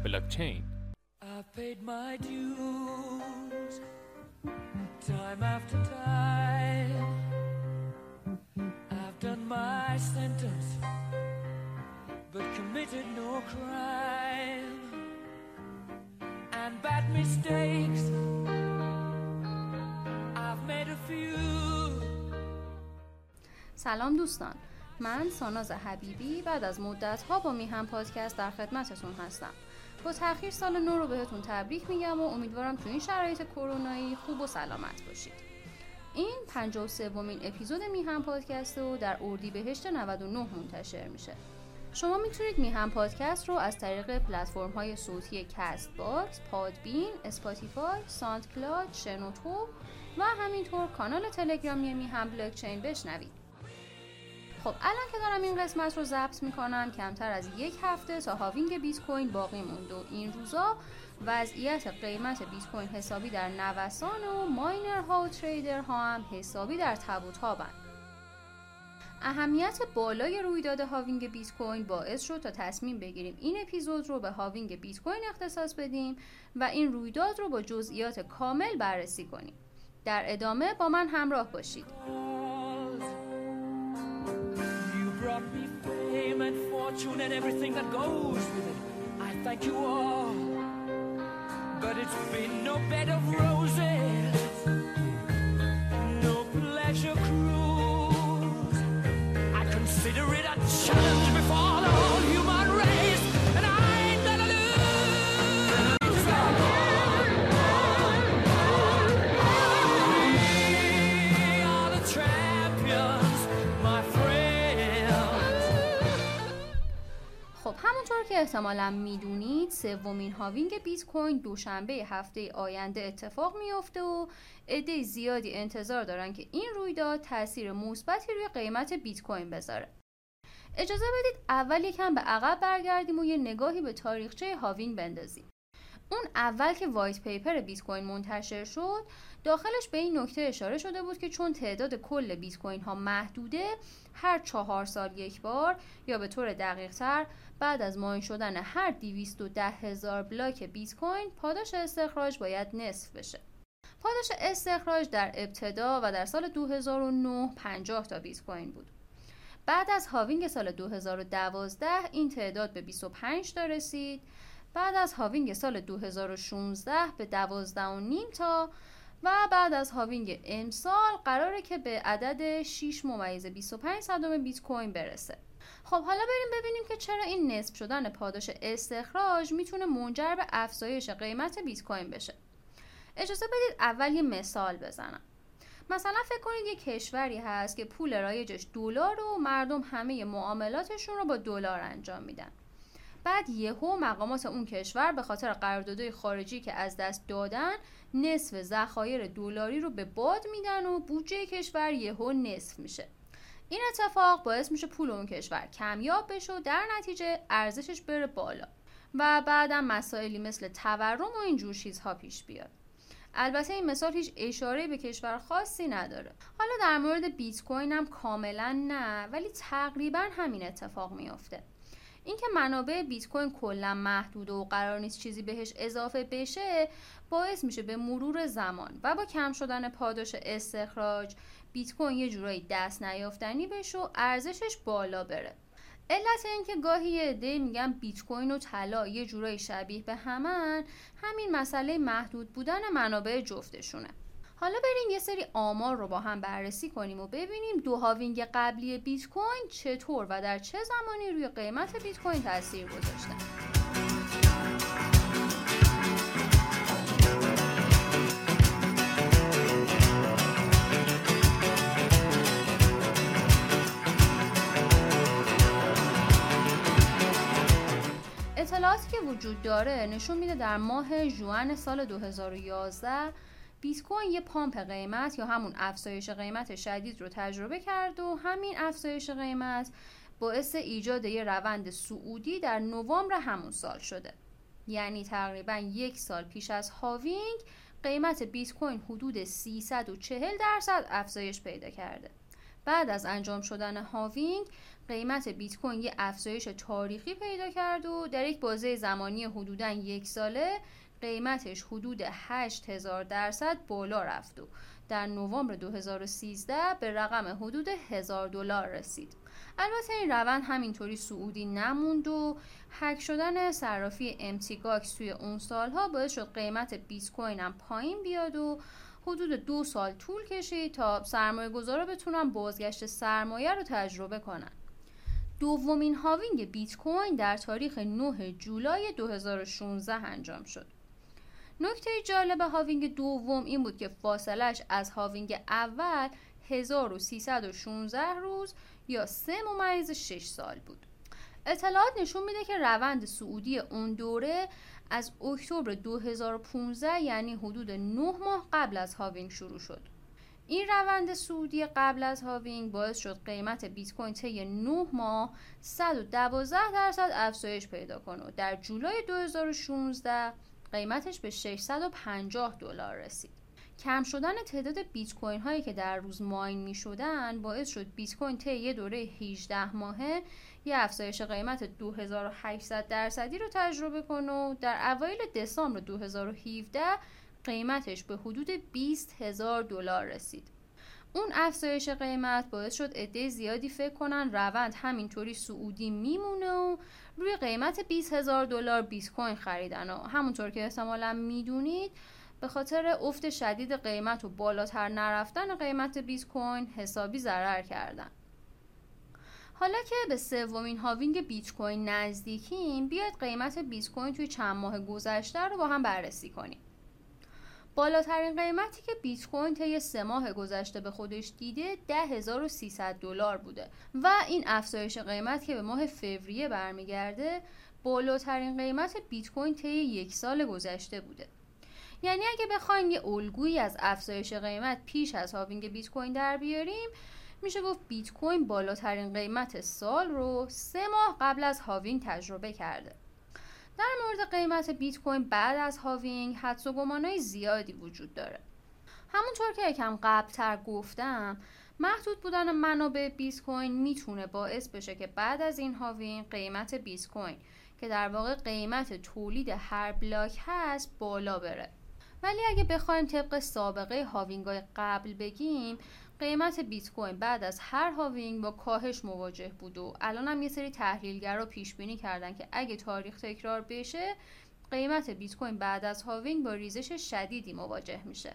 بلاکچین. I've paid my dues time after time. I've done my sentence but committed no crime. And bad mistakes I've made a few. سلام دوستان، من ساناز حبیبی بعد از مدت‌ها با میهن پادکست در خدمتتون هستم. با تأخیر سال نو رو بهتون تبریک میگم و امیدوارم تو این شرایط کرونایی خوب و سلامت باشید. این 53مین اپیزود میهن پادکست رو در اردیبهشت 99 منتشر میشه. شما میتونید میهن پادکست رو از طریق پلتفرم‌های صوتی کست باکس، پادبین، اسپاتیفای، ساندکلاد، شنوتو و همینطور کانال تلگرامی میهن بلاکچین بشنوید. خب الان که دارم این قسمت رو ضبط میکنم کمتر از یک هفته تا هاوینگ بیت کوین باقی مونده و این روزا وضعیت قیمت بیت کوین حسابی در نوسان و ماینرها و تریدرها هم حسابی در تب و تابن. اهمیت بالای رویداد هاوینگ بیت کوین باعث شد تا تصمیم بگیریم این اپیزود رو به هاوینگ بیت کوین اختصاص بدیم و این رویداد رو با جزئیات کامل بررسی کنیم. در ادامه با من همراه باشید. Brought me fame and fortune and everything that goes with it. I thank you all, but it's been no bed of roses, no pleasure cruise. I consider it a challenge before the whole human race, and I ain't gonna lose. We are the champions, my friend. خب همونطور که احتمالاً میدونید سومین هاوینگ بیت کوین دوشنبه هفته آینده اتفاق میفته و عده زیادی انتظار دارن که این رویداد تاثیر مثبتی روی قیمت بیت کوین بذاره. اجازه بدید اول یکم به عقب برگردیم و یه نگاهی به تاریخچه هاوینگ بندازیم. اون اول که وایت پیپر بیت کوین منتشر شد داخلش به این نکته اشاره شده بود که چون تعداد کل بیت کوین ها محدوده هر 4 سال یک بار یا به طور دقیق تر بعد از ماین شدن هر 210,000 بلاک بیت کوین پاداش استخراج باید نصف بشه. پاداش استخراج در ابتدا و در سال 2009 50 تا بیت کوین بود. بعد از هاوینگ سال 2012 این تعداد به 25 تا رسید. بعد از هاوینگ سال 2016 به 12.5 تا و بعد از هاوینگ امسال قراره که به عدد 6.25 بیت کوین برسه. خب حالا بریم ببینیم که چرا این نصف شدن پاداش استخراج میتونه منجر به افزایش قیمت بیت کوین بشه. اجازه بدید اول یه مثال بزنم. مثلا فکر کنید یه کشوری هست که پول رایجش دلار و مردم همه معاملاتشون رو با دلار انجام میدن. بعد یهو مقامات اون کشور به خاطر قراردادهای خارجی که از دست دادن نصف ذخایر دلاری رو به باد میدن و بودجه کشور یهو نصف میشه. این اتفاق باعث میشه پول اون کشور کمیاب بشه و در نتیجه ارزشش بره بالا و بعدم مسائلی مثل تورم و اینجور چیزها پیش بیاد. البته این مثال هیچ اشاره‌ای به کشور خاصی نداره. حالا در مورد بیت کوین هم کاملا نه، ولی تقریبا همین اتفاق میفته. اینکه منابع بیت کوین کلا محدود و قرار نیست چیزی بهش اضافه بشه باعث میشه به مرور زمان و با کم شدن پاداش استخراج بیت کوین یه جورایی دست نیافتنی بشه و ارزشش بالا بره. علت این که گاهی یه عده میگن بیت کوین و طلا یه جورایی شبیه به همین مسئله محدود بودن منابع جفتشونه. حالا بریم یه سری آمار رو با هم بررسی کنیم و ببینیم دو هاوینگ قبلی بیت کوین چطور و در چه زمانی روی قیمت بیت کوین تاثیر گذاشتن. اطلاعاتی که وجود داره نشون میده در ماه ژوئن سال 2011 بیت کوین یه پامپ قیمت یا همون افزایش قیمت شدید رو تجربه کرد و همین افزایش قیمت باعث ایجاد یه روند صعودی در نوامبر همون سال شده. یعنی تقریباً 1 سال پیش از هاوینگ قیمت بیت کوین حدود 340% افزایش پیدا کرده. بعد از انجام شدن هاوینگ قیمت بیت کوین یه افزایش تاریخی پیدا کرد و در یک بازه زمانی حدوداً 1 ساله قیمتش حدود 8000% بالا رفت و در نوامبر 2013 به رقم حدود $1000 رسید. البته این روند همینطوری صعودی نموند و هک شدن صرافی MTGOX توی اون سالها باعث شد قیمت بیت کوین هم پایین بیاد و حدود 2 سال طول کشید تا سرمایه گذارا بتونن بازگشت سرمایه رو تجربه کنن. دومین هاوینگ بیت کوین در تاریخ 9 جولای 2016 انجام شد. نکته جالب هاوینگ دوم این بود که فاصلش از هاوینگ اول 1316 روز یا 3.6 سال بود. اطلاعات نشون میده که روند صعودی اون دوره از اکتبر 2015 یعنی حدود 9 ماه قبل از هاوینگ شروع شد. این روند صعودی قبل از هاوینگ باعث شد قیمت بیت کوین طی 9 ماه 112% افزایش پیدا کنه و در جولای 2016 قیمتش به $650 رسید. کم شدن تعداد بیت کوین هایی که در روز ماین می شدن باعث شد بیت کوین طی یه دوره 18 ماهه یه افزایش قیمت 2800% رو تجربه کنه و در اوایل دسامبر 2017 قیمتش به حدود $20,000 رسید. اون افزایش قیمت باعث شد عده زیادی فکر کنن روند همینطوری صعودی میمونه و روی قیمت $20,000 بیت کوین خریدن و همونطور که احتمالاً میدونید به خاطر افت شدید قیمت و بالاتر نرفتن قیمت بیت کوین حسابی ضرر کردن. حالا که به سومین هاوینگ بیت کوین نزدیکیم، بیاید قیمت بیت کوین توی چند ماه گذشته رو با هم بررسی کنیم. بالاترین قیمتی که بیت کوین طی 3 ماه گذشته به خودش دیده $10,300 بوده و این افزایش قیمت که به ماه فوریه برمیگرده بالاترین قیمت بیت کوین طی 1 سال گذشته بوده. یعنی اگه بخوایم یه الگویی از افزایش قیمت پیش از هاوینگ بیت کوین در بیاریم، میشه گفت بیت کوین بالاترین قیمت سال رو 3 ماه قبل از هاوینگ تجربه کرده. در مورد قیمت بیت کوین بعد از هاوینگ حدس و گمانای زیادی وجود داره. همونطور که یکم قبل‌تر گفتم، محدود بودن منابع بیت کوین میتونه باعث بشه که بعد از این هاوینگ قیمت بیت کوین که در واقع قیمت تولید هر بلاک هست بالا بره. ولی اگه بخوایم طبق سابقه هاوینگ‌های قبل بگیم، قیمت بیت کوین بعد از هر هاوینگ با کاهش مواجه بود و الان هم یه سری تحلیلگرا پیش بینی کردن که اگه تاریخ تکرار بشه قیمت بیت کوین بعد از هاوینگ با ریزش شدیدی مواجه میشه.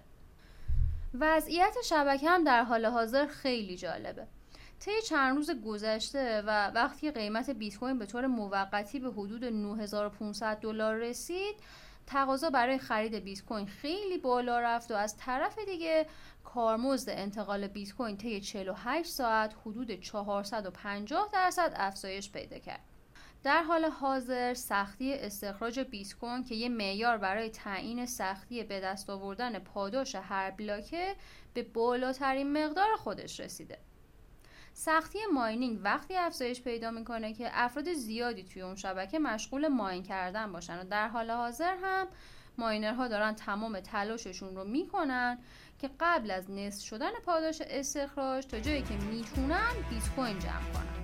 وضعیت شبکه هم در حال حاضر خیلی جالبه. طی چند روز گذشته و وقتی قیمت بیت کوین به طور موقتی به حدود $9,500 رسید، تقاضا برای خرید بیت کوین خیلی بالا رفت و از طرف دیگه کارمزد انتقال بیت کوین طی 48 ساعت حدود 450% افزایش پیدا کرد. در حال حاضر سختی استخراج بیت کوین که یه معیار برای تعیین سختی به دست آوردن پاداش هر بلاکه به بالاترین مقدار خودش رسیده. سختی ماینینگ وقتی افزایش پیدا میکنه که افراد زیادی توی اون شبکه مشغول ماین کردن باشن و در حال حاضر هم ماینرها دارن تمام تلاششون رو میکنن که قبل از نصف شدن پاداش استخراج تا جایی که میتونن بیت کوین جمع کنن.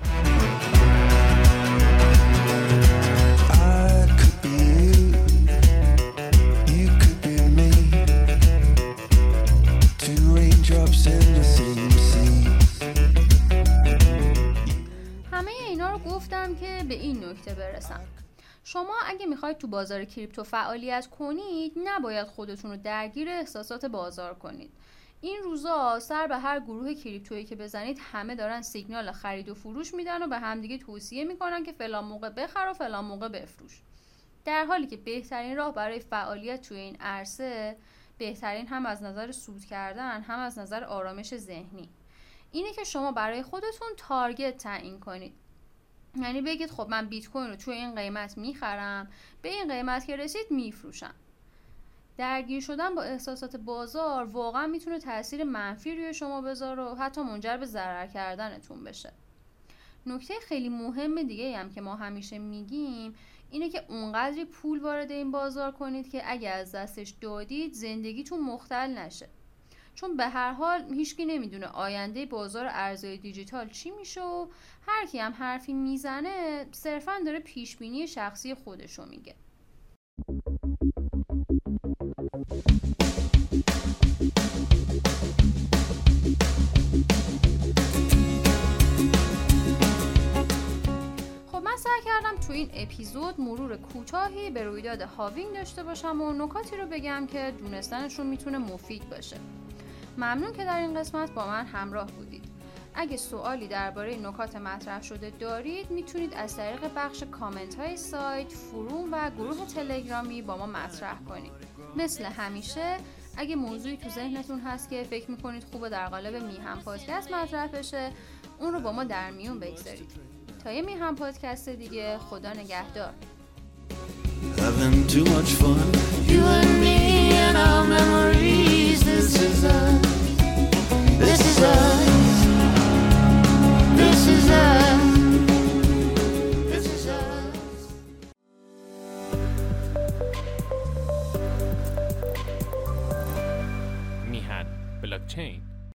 همه اینا رو گفتم که به این نکته برسم. شما اگه میخواید تو بازار کریپتو فعالیت کنید، نباید خودتون رو درگیر احساسات بازار کنید. این روزا سر به هر گروه کریپتویی که بزنید همه دارن سیگنال خرید و فروش میدن و به همدیگه توصیه میکنن که فلان موقع بخر و فلان موقع بفروش. در حالی که بهترین راه برای فعالیت توی این عرصه، بهترین هم از نظر سود کردن هم از نظر آرامش ذهنی، اینه که شما برای خودتون تارگت تعیین کنید. یعنی بگید خب من بیت کوین رو توی این قیمت میخرم، به این قیمت که رسید میفروشم. درگیر شدن با احساسات بازار واقعا میتونه تاثیر منفی روی شما بذاره و حتی منجر به ضرر کردنتون بشه. نکته خیلی مهم دیگه هم که ما همیشه میگیم اینه که اونقدری پول وارد این بازار کنید که اگه از دستش دادید زندگیتون مختل نشه. چون به هر حال هیچکی نمیدونه آینده بازار ارزهای دیجیتال چی میشه و هر کی هم حرفی میزنه صرفاً داره پیشبینی شخصی خودشو میگه. سعی کردم تو این اپیزود مرور کوتاهی به رویداد هاوینگ داشته باشم و نکاتی رو بگم که دونستنشون میتونه مفید باشه. ممنون که در این قسمت با من همراه بودید. اگه سوالی درباره نکات مطرح شده دارید میتونید از طریق بخش کامنت های سایت، فروم و گروه تلگرامی با ما مطرح کنید. مثل همیشه اگه موضوعی تو ذهنتون هست که فکر میکنید خوبه در قالب میهم پادکست مطرح بشه، اون رو با ما در میون بگذارید. تا یه میهم پادکست دیگه، خدا نگهدار. Having too much fun, you and me and our memories. This is us. This is us. This is us. This is us. میهن بلاکچین